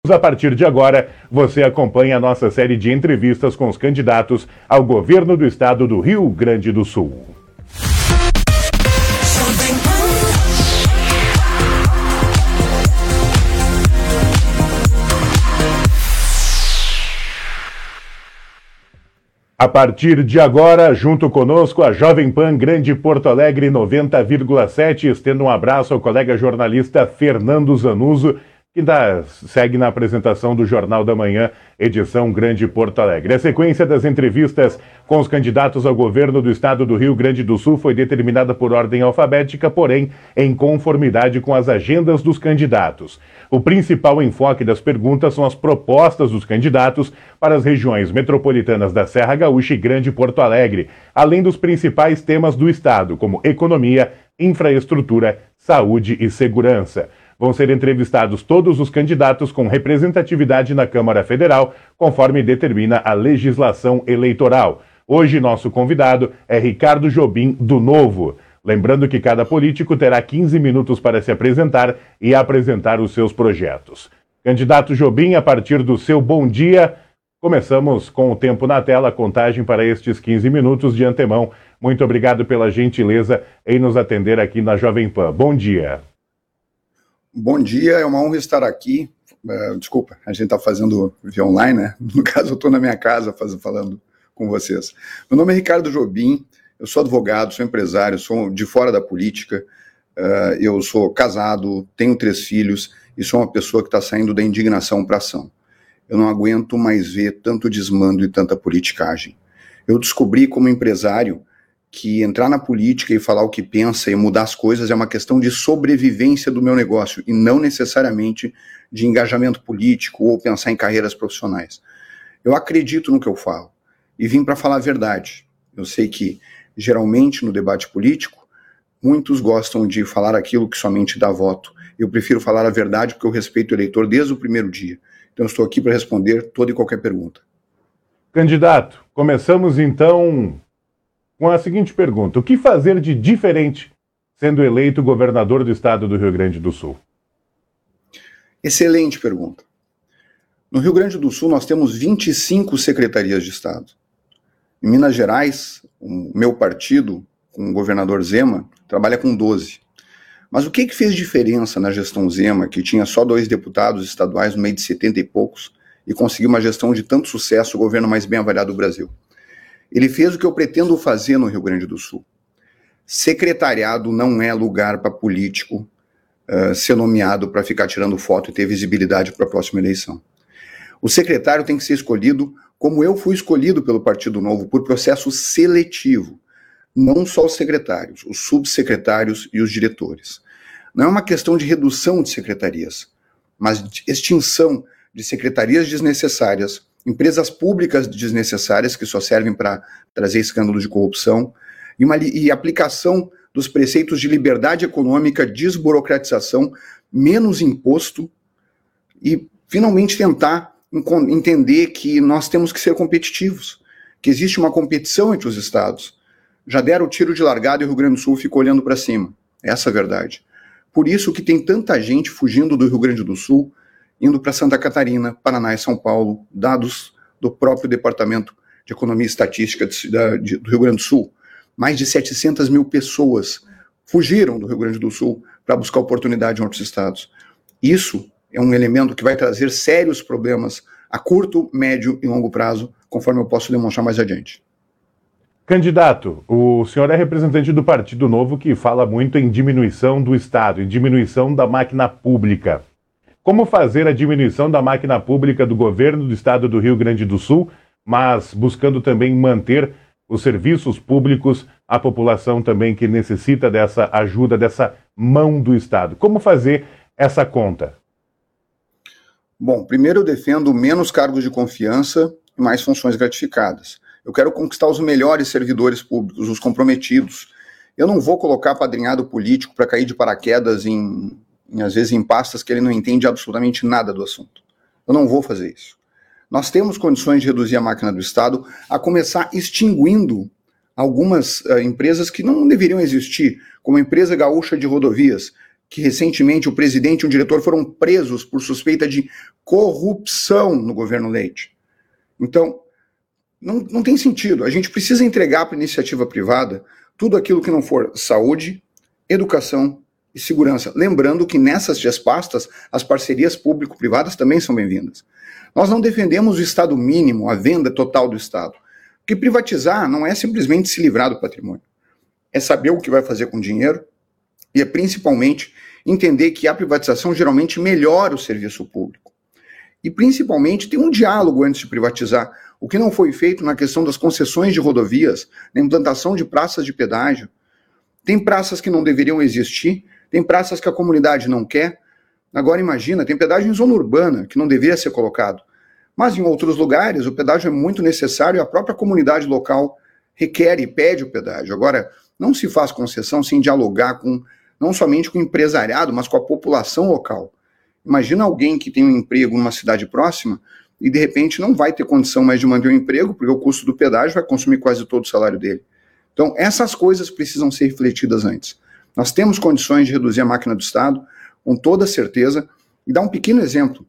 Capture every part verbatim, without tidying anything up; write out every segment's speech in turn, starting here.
A partir de agora, você acompanha a nossa série de entrevistas com os candidatos ao governo do estado do Rio Grande do Sul. A partir de agora, junto conosco, a Jovem Pan Grande Porto Alegre noventa vírgula sete, estendo um abraço ao colega jornalista Fernando Zanuso, que dá, segue na apresentação do Jornal da Manhã, edição Grande Porto Alegre. A sequência das entrevistas com os candidatos ao governo do estado do Rio Grande do Sul foi determinada por ordem alfabética, porém em conformidade com as agendas dos candidatos. O principal enfoque das perguntas são as propostas dos candidatos para as regiões metropolitanas da Serra Gaúcha e Grande Porto Alegre, além dos principais temas do estado, como economia, infraestrutura, saúde e segurança. Vão ser entrevistados todos os candidatos com representatividade na Câmara Federal, conforme determina a legislação eleitoral. Hoje, nosso convidado é Ricardo Jobim, do Novo. Lembrando que cada político terá quinze minutos para se apresentar e apresentar os seus projetos. Candidato Jobim, a partir do seu bom dia, começamos com o tempo na tela, a contagem para estes quinze minutos de antemão. Muito obrigado pela gentileza em nos atender aqui na Jovem Pan. Bom dia. Bom dia, é uma honra estar aqui. Uh, desculpa, a gente está fazendo via online, né? No caso, eu estou na minha casa faz, falando com vocês. Meu nome é Ricardo Jobim, eu sou advogado, sou empresário, sou de fora da política, uh, eu sou casado, tenho três filhos e sou uma pessoa que está saindo da indignação para a ação. Eu não aguento mais ver tanto desmando e tanta politicagem. Eu descobri como empresário que entrar na política e falar o que pensa e mudar as coisas é uma questão de sobrevivência do meu negócio e não necessariamente de engajamento político ou pensar em carreiras profissionais. Eu acredito no que eu falo e vim para falar a verdade. Eu sei que, geralmente, no debate político, muitos gostam de falar aquilo que somente dá voto. Eu prefiro falar a verdade porque eu respeito o eleitor desde o primeiro dia. Então, eu estou aqui para responder toda e qualquer pergunta. Candidato, começamos então com a seguinte pergunta: o que fazer de diferente sendo eleito governador do estado do Rio Grande do Sul? Excelente pergunta. No Rio Grande do Sul nós temos vinte e cinco secretarias de estado. Em Minas Gerais, o meu partido, com o governador Zema, trabalha com doze. Mas o que, que fez diferença na gestão Zema, que tinha só dois deputados estaduais no meio de setenta e poucos, e conseguiu uma gestão de tanto sucesso, o governo mais bem avaliado do Brasil? Ele fez o que eu pretendo fazer no Rio Grande do Sul. Secretariado não é lugar para político uh, ser nomeado para ficar tirando foto e ter visibilidade para a próxima eleição. O secretário tem que ser escolhido como eu fui escolhido pelo Partido Novo, por processo seletivo. Não só os secretários, os subsecretários e os diretores. Não é uma questão de redução de secretarias, mas de extinção de secretarias desnecessárias, empresas públicas desnecessárias que só servem para trazer escândalos de corrupção e, uma, e aplicação dos preceitos de liberdade econômica, desburocratização, menos imposto e finalmente tentar entender que nós temos que ser competitivos, que existe uma competição entre os estados. Já deram o tiro de largada e o Rio Grande do Sul ficou olhando para cima. Essa é a verdade. Por isso que tem tanta gente fugindo do Rio Grande do Sul, indo para Santa Catarina, Paraná e São Paulo, dados do próprio Departamento de Economia e Estatística de, de, do Rio Grande do Sul. Mais de setecentas mil pessoas fugiram do Rio Grande do Sul para buscar oportunidade em outros estados. Isso é um elemento que vai trazer sérios problemas a curto, médio e longo prazo, conforme eu posso demonstrar mais adiante. Candidato, o senhor é representante do Partido Novo, que fala muito em diminuição do Estado, em diminuição da máquina pública. Como fazer a diminuição da máquina pública do governo do estado do Rio Grande do Sul, mas buscando também manter os serviços públicos, a população também que necessita dessa ajuda, dessa mão do Estado? Como fazer essa conta? Bom, primeiro eu defendo menos cargos de confiança e mais funções gratificadas. Eu quero conquistar os melhores servidores públicos, os comprometidos. Eu não vou colocar padrinhado político para cair de paraquedas em... Em, às vezes em pastas que ele não entende absolutamente nada do assunto. Eu não vou fazer isso. Nós temos condições de reduzir a máquina do Estado, a começar extinguindo algumas uh, empresas que não deveriam existir, como a Empresa Gaúcha de Rodovias, que recentemente o presidente e um diretor foram presos por suspeita de corrupção no governo Leite. Então, não, não tem sentido. A gente precisa entregar para a iniciativa privada tudo aquilo que não for saúde, educação e segurança. Lembrando que nessas três pastas, as parcerias público-privadas também são bem-vindas. Nós não defendemos o Estado mínimo, a venda total do Estado. Porque privatizar não é simplesmente se livrar do patrimônio. É saber o que vai fazer com o dinheiro e é principalmente entender que a privatização geralmente melhora o serviço público. E principalmente tem um diálogo antes de privatizar. O que não foi feito na questão das concessões de rodovias, na implantação de praças de pedágio. Tem praças que não deveriam existir, tem praças que a comunidade não quer. Agora imagina, tem pedágio em zona urbana, que não deveria ser colocado. Mas em outros lugares, o pedágio é muito necessário e a própria comunidade local requer e pede o pedágio. Agora, não se faz concessão sem dialogar com, não somente com o empresariado, mas com a população local. Imagina alguém que tem um emprego numa cidade próxima e de repente não vai ter condição mais de manter o emprego, porque o custo do pedágio vai consumir quase todo o salário dele. Então, essas coisas precisam ser refletidas antes. Nós temos condições de reduzir a máquina do Estado, com toda certeza, e dar um pequeno exemplo.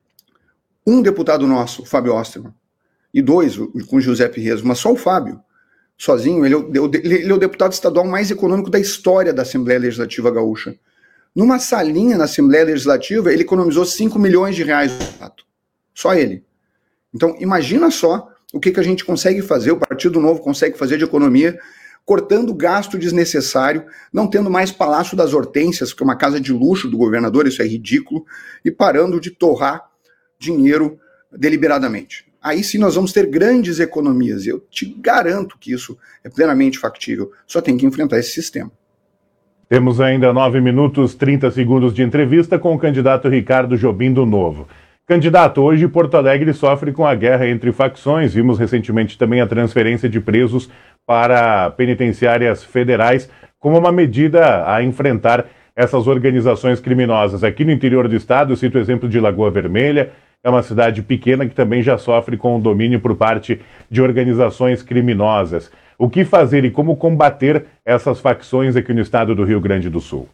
Um deputado nosso, o Fábio Osterman, e dois, com o Giuseppe Rezo, mas só o Fábio, sozinho, ele é o, ele é o deputado estadual mais econômico da história da Assembleia Legislativa Gaúcha. Numa salinha na Assembleia Legislativa, ele economizou cinco milhões de reais no fato. Só ele. Então, imagina só o que, que a gente consegue fazer, o Partido Novo consegue fazer de economia, cortando gasto desnecessário, não tendo mais Palácio das Hortênsias, que é uma casa de luxo do governador, isso é ridículo, e parando de torrar dinheiro deliberadamente. Aí sim nós vamos ter grandes economias. Eu te garanto que isso é plenamente factível. Só tem que enfrentar esse sistema. Temos ainda nove minutos, trinta segundos de entrevista com o candidato Ricardo Jobim do Novo. Candidato, hoje Porto Alegre sofre com a guerra entre facções. Vimos recentemente também a transferência de presos para penitenciárias federais como uma medida a enfrentar essas organizações criminosas. Aqui no interior do estado, eu cito o exemplo de Lagoa Vermelha, é uma cidade pequena que também já sofre com o domínio por parte de organizações criminosas. O que fazer e como combater essas facções aqui no estado do Rio Grande do Sul?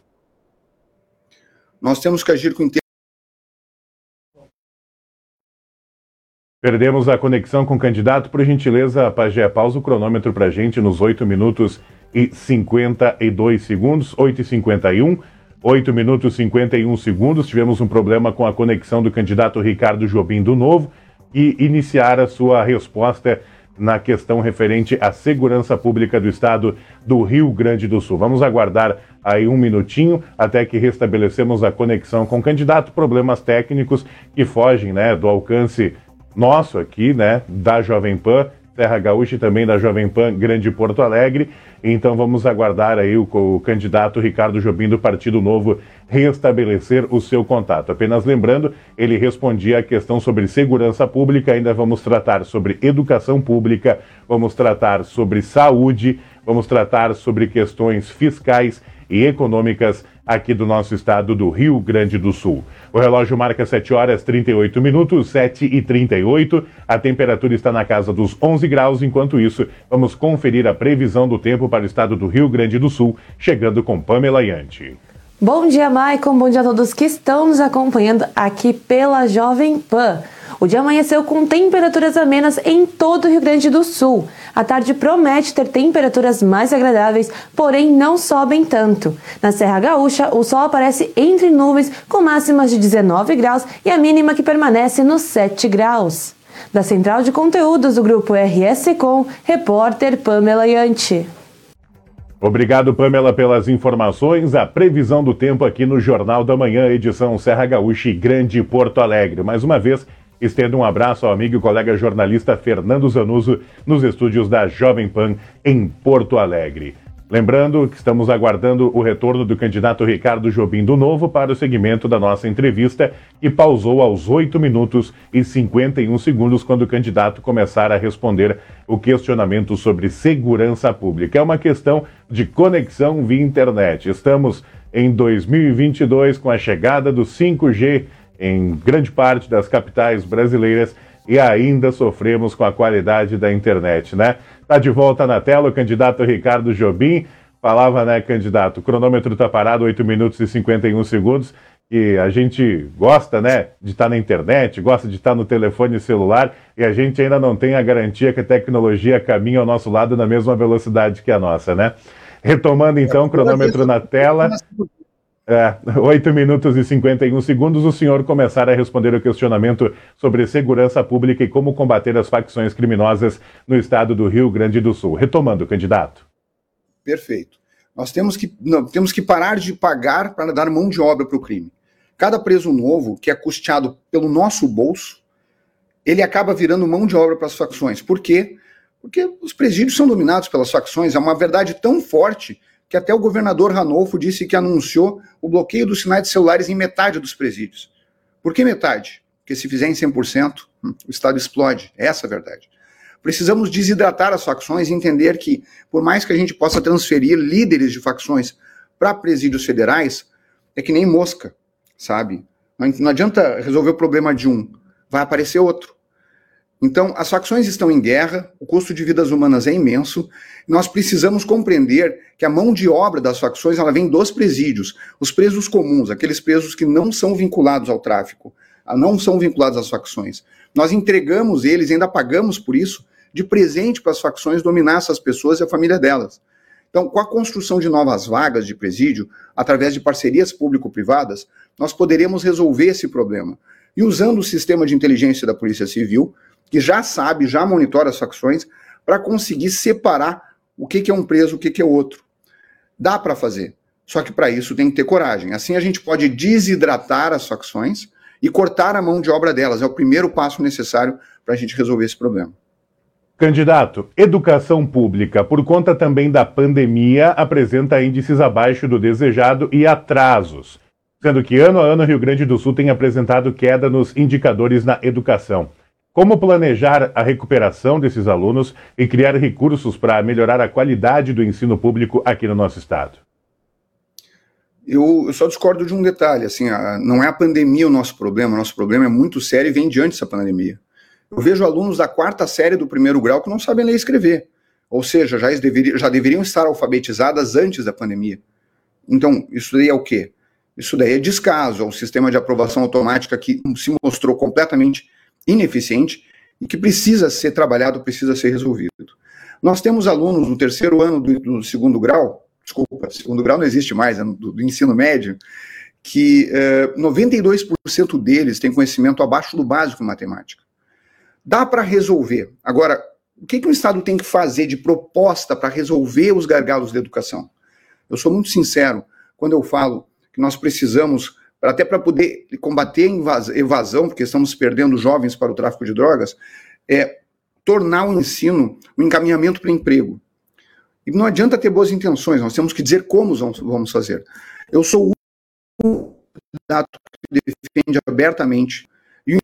Nós temos que agir com Perdemos a conexão com o candidato. Por gentileza, Pajé, pausa o cronômetro para a gente nos oito minutos e cinquenta e dois segundos, oito e cinquenta e um, oito minutos e cinquenta e um segundos. Tivemos um problema com a conexão do candidato Ricardo Jobim do Novo e iniciar a sua resposta na questão referente à segurança pública do estado do Rio Grande do Sul. Vamos aguardar aí um minutinho até que restabelecemos a conexão com o candidato. Problemas técnicos que fogem, né, do alcance nosso aqui, né, da Jovem Pan, Serra Gaúcha e também da Jovem Pan Grande Porto Alegre. Então vamos aguardar aí o, o candidato Ricardo Jobim do Partido Novo restabelecer o seu contato. Apenas lembrando, ele respondia a questão sobre segurança pública, ainda vamos tratar sobre educação pública, vamos tratar sobre saúde, vamos tratar sobre questões fiscais e econômicas aqui do nosso estado do Rio Grande do Sul. O relógio marca sete horas e trinta e oito minutos, sete e trinta e oito. A temperatura está na casa dos onze graus. Enquanto isso, vamos conferir a previsão do tempo para o estado do Rio Grande do Sul, chegando com Pamela Yanti. Bom dia, Maicon. Bom dia a todos que estão nos acompanhando aqui pela Jovem Pan. O dia amanheceu com temperaturas amenas em todo o Rio Grande do Sul. A tarde promete ter temperaturas mais agradáveis, porém não sobem tanto. Na Serra Gaúcha, o sol aparece entre nuvens com máximas de dezenove graus e a mínima que permanece nos sete graus. Da Central de Conteúdos do Grupo R S Com, repórter Pamela Yanti. Obrigado, Pamela, pelas informações. A previsão do tempo aqui no Jornal da Manhã, edição Serra Gaúcha e Grande Porto Alegre. Mais uma vez, estendo um abraço ao amigo e colega jornalista Fernando Zanuso, nos estúdios da Jovem Pan em Porto Alegre. Lembrando que estamos aguardando o retorno do candidato Ricardo Jobim do Novo para o segmento da nossa entrevista, que pausou aos oito minutos e cinquenta e um segundos quando o candidato começar a responder o questionamento sobre segurança pública. É uma questão de conexão via internet. Estamos em dois mil e vinte e dois com a chegada do cinco G em grande parte das capitais brasileiras e ainda sofremos com a qualidade da internet, né? Está de volta na tela o candidato Ricardo Jobim falava, né, candidato, o cronômetro está parado, oito minutos e cinquenta e um segundos, e a gente gosta, né, de estar na internet, gosta de estar no telefone celular, e a gente ainda não tem a garantia que a tecnologia caminha ao nosso lado na mesma velocidade que a nossa, né? Retomando então, cronômetro na tela, é, oito minutos e cinquenta e um segundos, o senhor começar a responder o questionamento sobre segurança pública e como combater as facções criminosas no estado do Rio Grande do Sul. Retomando, candidato. Perfeito. Nós temos que, não, temos que parar de pagar para dar mão de obra para o crime. Cada preso novo, que é custeado pelo nosso bolso, ele acaba virando mão de obra para as facções. Por quê? Porque os presídios são dominados pelas facções. É uma verdade tão forte que até o governador Ranolfo disse que anunciou o bloqueio dos sinais de celulares em metade dos presídios. Por que metade? Porque se fizer em cem por cento, o Estado explode. Essa é a verdade. Precisamos desidratar as facções e entender que, por mais que a gente possa transferir líderes de facções para presídios federais, é que nem mosca, sabe? Não adianta resolver o problema de um, vai aparecer outro. Então, as facções estão em guerra, o custo de vidas humanas é imenso, e nós precisamos compreender que a mão de obra das facções ela vem dos presídios, os presos comuns, aqueles presos que não são vinculados ao tráfico, não são vinculados às facções. Nós entregamos eles, ainda pagamos por isso, de presente para as facções dominar essas pessoas e a família delas. Então, com a construção de novas vagas de presídio, através de parcerias público-privadas, nós poderemos resolver esse problema. E usando o sistema de inteligência da Polícia Civil, que já sabe, já monitora as facções, para conseguir separar o que, que é um preso, o que, que é outro. Dá para fazer, só que para isso tem que ter coragem. Assim a gente pode desidratar as facções e cortar a mão de obra delas. É o primeiro passo necessário para a gente resolver esse problema. Candidato, educação pública, por conta também da pandemia, apresenta índices abaixo do desejado e atrasos, sendo que ano a ano o Rio Grande do Sul tem apresentado queda nos indicadores na educação. Como planejar a recuperação desses alunos e criar recursos para melhorar a qualidade do ensino público aqui no nosso estado? Eu, eu só discordo de um detalhe, assim, a, não é a pandemia o nosso problema, o nosso problema é muito sério e vem de antes da pandemia. Eu vejo alunos da quarta série do primeiro grau que não sabem ler e escrever, ou seja, já, deveri, já deveriam estar alfabetizadas antes da pandemia. Então, isso daí é o quê? Isso daí é descaso, é um sistema de aprovação automática que se mostrou completamente ineficiente e que precisa ser trabalhado, precisa ser resolvido. Nós temos alunos no terceiro ano do, do segundo grau, desculpa, segundo grau não existe mais, é do, do ensino médio, que eh, noventa e dois por cento deles têm conhecimento abaixo do básico em matemática. Dá para resolver. Agora, o que, que o Estado tem que fazer de proposta para resolver os gargalos da educação? Eu sou muito sincero quando eu falo que nós precisamos, até para poder combater a evasão, porque estamos perdendo jovens para o tráfico de drogas, é tornar o ensino um encaminhamento para emprego. E não adianta ter boas intenções, nós temos que dizer como vamos fazer. Eu sou o candidato que defende abertamente. E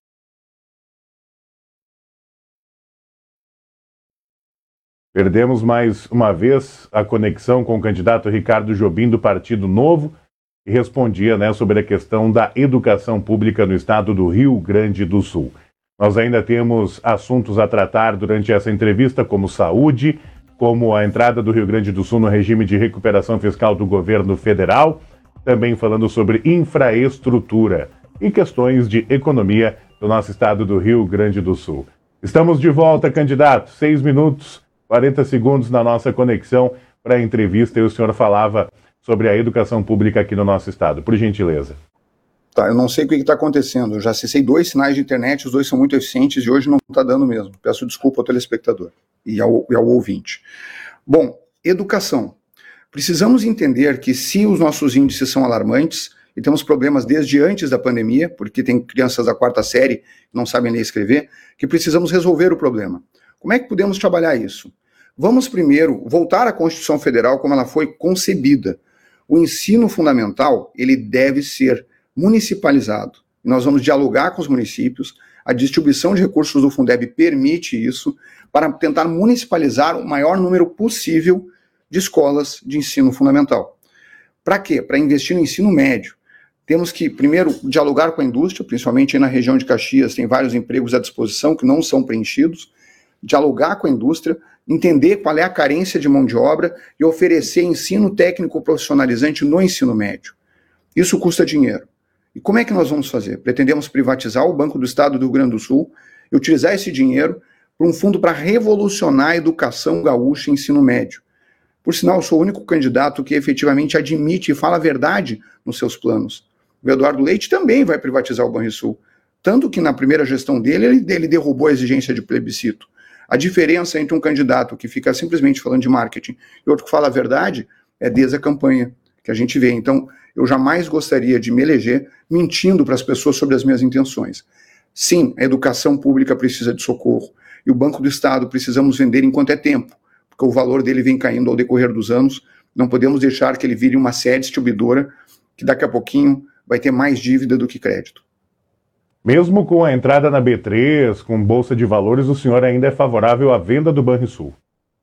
Perdemos mais uma vez a conexão com o candidato Ricardo Jobim do Partido Novo, que respondia, né, sobre a questão da educação pública no estado do Rio Grande do Sul. Nós ainda temos assuntos a tratar durante essa entrevista, como saúde, como a entrada do Rio Grande do Sul no regime de recuperação fiscal do governo federal, também falando sobre infraestrutura e questões de economia do nosso estado do Rio Grande do Sul. Estamos de volta, candidato. Seis minutos, quarenta segundos na nossa conexão para a entrevista e o senhor falava sobre a educação pública aqui no nosso estado. Por gentileza. Tá, eu não sei o que está acontecendo. Eu já acessei dois sinais de internet, os dois são muito eficientes e hoje não está dando mesmo. Peço desculpa ao telespectador e ao, e ao ouvinte. Bom, educação. Precisamos entender que se os nossos índices são alarmantes, e temos problemas desde antes da pandemia, porque tem crianças da quarta série que não sabem ler e escrever, que precisamos resolver o problema. Como é que podemos trabalhar isso? Vamos primeiro voltar à Constituição Federal como ela foi concebida. O ensino fundamental, ele deve ser municipalizado. Nós vamos dialogar com os municípios, a distribuição de recursos do Fundeb permite isso, para tentar municipalizar o maior número possível de escolas de ensino fundamental. Para quê? Para investir no ensino médio. Temos que, primeiro, dialogar com a indústria, principalmente aí na região de Caxias, tem vários empregos à disposição que não são preenchidos, dialogar com a indústria entender qual é a carência de mão de obra e oferecer ensino técnico profissionalizante no ensino médio. Isso custa dinheiro. E como é que nós vamos fazer? Pretendemos privatizar o Banco do Estado do Rio Grande do Sul e utilizar esse dinheiro para um fundo para revolucionar a educação gaúcha e ensino médio. Por sinal, eu sou o único candidato que efetivamente admite e fala a verdade nos seus planos. O Eduardo Leite também vai privatizar o Banrisul. Tanto que na primeira gestão dele, ele, ele derrubou a exigência de plebiscito. A diferença entre um candidato que fica simplesmente falando de marketing e outro que fala a verdade é desde a campanha que a gente vê. Então, eu jamais gostaria de me eleger mentindo para as pessoas sobre as minhas intenções. Sim, a educação pública precisa de socorro e o Banco do Estado precisamos vender enquanto é tempo, porque o valor dele vem caindo ao decorrer dos anos. Não podemos deixar que ele vire uma sede distribuidora que daqui a pouquinho vai ter mais dívida do que crédito. Mesmo com a entrada na B três, com Bolsa de Valores, o senhor ainda é favorável à venda do Banrisul?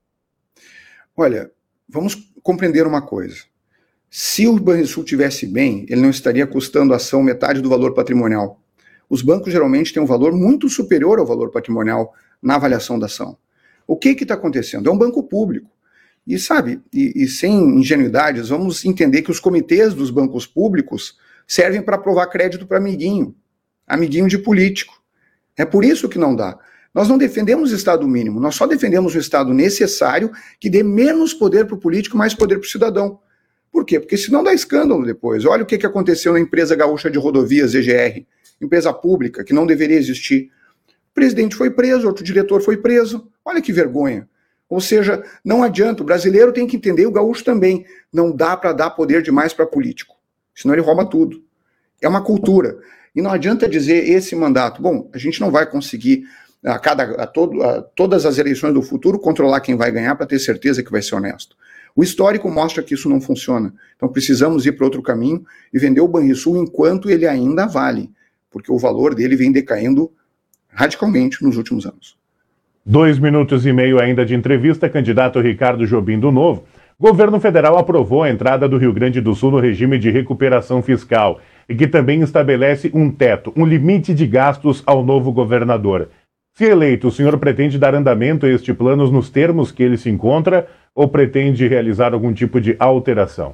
Olha, vamos compreender uma coisa. Se o Banrisul tivesse bem, ele não estaria custando a ação metade do valor patrimonial. Os bancos geralmente têm um valor muito superior ao valor patrimonial na avaliação da ação. O que está acontecendo? É um banco público. E sabe, e, e sem ingenuidades, vamos entender que os comitês dos bancos públicos servem para aprovar crédito para amiguinho, amiguinho de político. É por isso que não dá. Nós não defendemos o Estado mínimo, nós só defendemos o Estado necessário que dê menos poder para o político, mais poder para o cidadão. Por quê? Porque senão dá escândalo depois. Olha o que, que aconteceu na empresa gaúcha de rodovias, E G R, empresa pública, que não deveria existir. O presidente foi preso, outro diretor foi preso. Olha que vergonha. Ou seja, não adianta, o brasileiro tem que entender, o gaúcho também, não dá para dar poder demais para político, senão ele rouba tudo. É uma cultura. E não adianta dizer esse mandato, bom, a gente não vai conseguir a, cada, a, todo, a todas as eleições do futuro controlar quem vai ganhar para ter certeza que vai ser honesto. O histórico mostra que isso não funciona. Então precisamos ir para outro caminho e vender o Banrisul enquanto ele ainda vale, porque o valor dele vem decaindo radicalmente nos últimos anos. Dois minutos e meio ainda de entrevista, candidato Ricardo Jobim do Novo. Governo federal aprovou a entrada do Rio Grande do Sul no regime de recuperação fiscal e que também estabelece um teto, um limite de gastos ao novo governador. Se eleito, o senhor pretende dar andamento a este plano nos termos que ele se encontra ou pretende realizar algum tipo de alteração?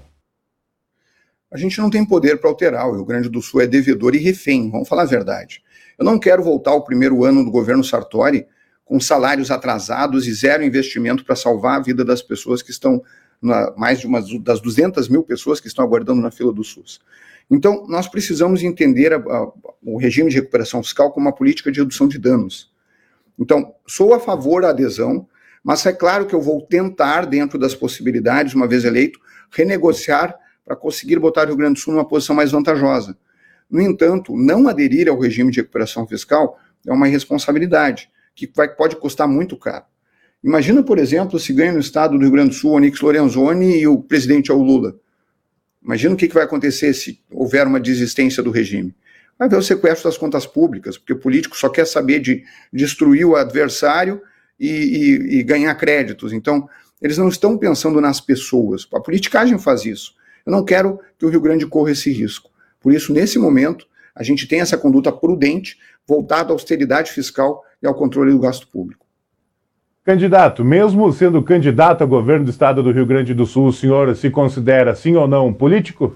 A gente não tem poder para alterar, o Rio Grande do Sul é devedor e refém, vamos falar a verdade. Eu não quero voltar ao primeiro ano do governo Sartori com salários atrasados e zero investimento para salvar a vida das pessoas que estão, na, mais de umas das duzentas mil pessoas que estão aguardando na fila do SUS. Então, nós precisamos entender a, a, o regime de recuperação fiscal como uma política de redução de danos. Então, sou a favor da adesão, mas é claro que eu vou tentar, dentro das possibilidades, uma vez eleito, renegociar para conseguir botar o Rio Grande do Sul numa posição mais vantajosa. No entanto, não aderir ao regime de recuperação fiscal é uma irresponsabilidade, que vai, pode custar muito caro. Imagina, por exemplo, se ganha no estado do Rio Grande do Sul o Onyx Lorenzoni e o presidente é o Lula. Imagina o que, que vai acontecer se houver uma desistência do regime. Vai haver o sequestro das contas públicas, porque o político só quer saber de destruir o adversário e, e, e ganhar créditos. Então, eles não estão pensando nas pessoas. A politicagem faz isso. Eu não quero que o Rio Grande corra esse risco. Por isso, nesse momento, a gente tem essa conduta prudente, voltada à austeridade fiscal e ao controle do gasto público. Candidato, mesmo sendo candidato a governo do estado do Rio Grande do Sul, o senhor se considera, sim ou não, político?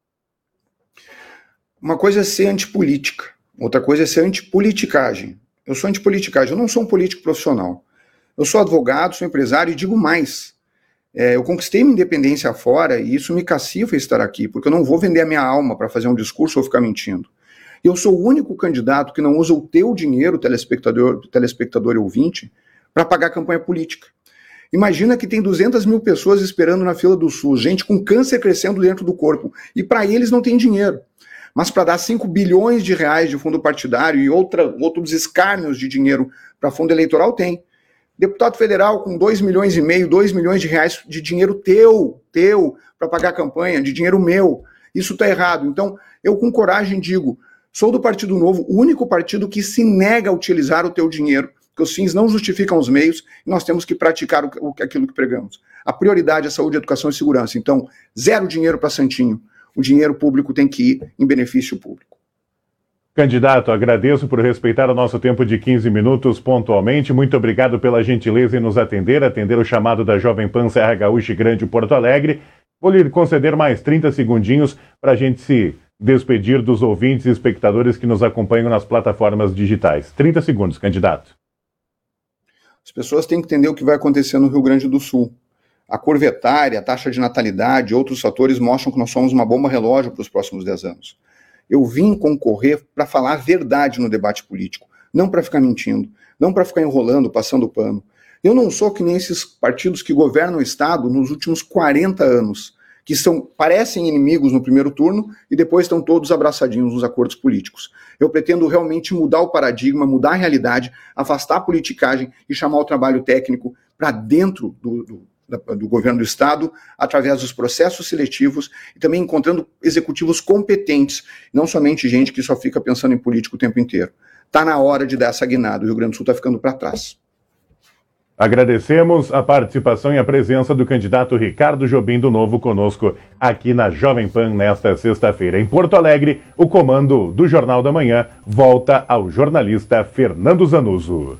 Uma coisa é ser antipolítica, outra coisa é ser antipoliticagem. Eu sou antipoliticagem, eu não sou um político profissional. Eu sou advogado, sou empresário e digo mais. É, eu conquistei minha independência fora e isso me cacifa estar aqui, porque eu não vou vender a minha alma para fazer um discurso ou ficar mentindo. Eu sou o único candidato que não usa o teu dinheiro, telespectador, telespectador e ouvinte, para pagar campanha política. Imagina que tem duzentas mil pessoas esperando na fila do SUS, gente com câncer crescendo dentro do corpo, e para eles não tem dinheiro. Mas para dar cinco bilhões de reais de fundo partidário e outra, outros escárnios de dinheiro para fundo eleitoral, tem. Deputado federal com dois milhões e meio, dois milhões de reais de dinheiro teu, teu, para pagar a campanha, de dinheiro meu. Isso está errado. Então, eu com coragem digo, sou do Partido Novo, o único partido que se nega a utilizar o teu dinheiro, porque os fins não justificam os meios, e nós temos que praticar o, o, aquilo que pregamos. A prioridade é saúde, educação e segurança. Então, zero dinheiro para Santinho. O dinheiro público tem que ir em benefício público. Candidato, agradeço por respeitar o nosso tempo de quinze minutos pontualmente. Muito obrigado pela gentileza em nos atender, atender o chamado da Jovem Pan Serra Gaúcha e Grande Porto Alegre. Vou lhe conceder mais trinta segundinhos para a gente se despedir dos ouvintes e espectadores que nos acompanham nas plataformas digitais. trinta segundos, candidato. As pessoas têm que entender o que vai acontecer no Rio Grande do Sul. A curva etária, a taxa de natalidade e outros fatores mostram que nós somos uma bomba relógio para os próximos dez anos. Eu vim concorrer para falar a verdade no debate político, não para ficar mentindo, não para ficar enrolando, passando pano. Eu não sou que nem esses partidos que governam o Estado nos últimos quarenta anos, que são, parecem inimigos no primeiro turno e depois estão todos abraçadinhos nos acordos políticos. Eu pretendo realmente mudar o paradigma, mudar a realidade, afastar a politicagem e chamar o trabalho técnico para dentro do, do do governo do Estado, através dos processos seletivos e também encontrando executivos competentes, não somente gente que só fica pensando em político o tempo inteiro. Está na hora de dar essa guinada, o Rio Grande do Sul está ficando para trás. Agradecemos a participação e a presença do candidato Ricardo Jobim do Novo conosco aqui na Jovem Pan nesta sexta-feira. Em Porto Alegre, o comando do Jornal da Manhã volta ao jornalista Fernando Zanuso.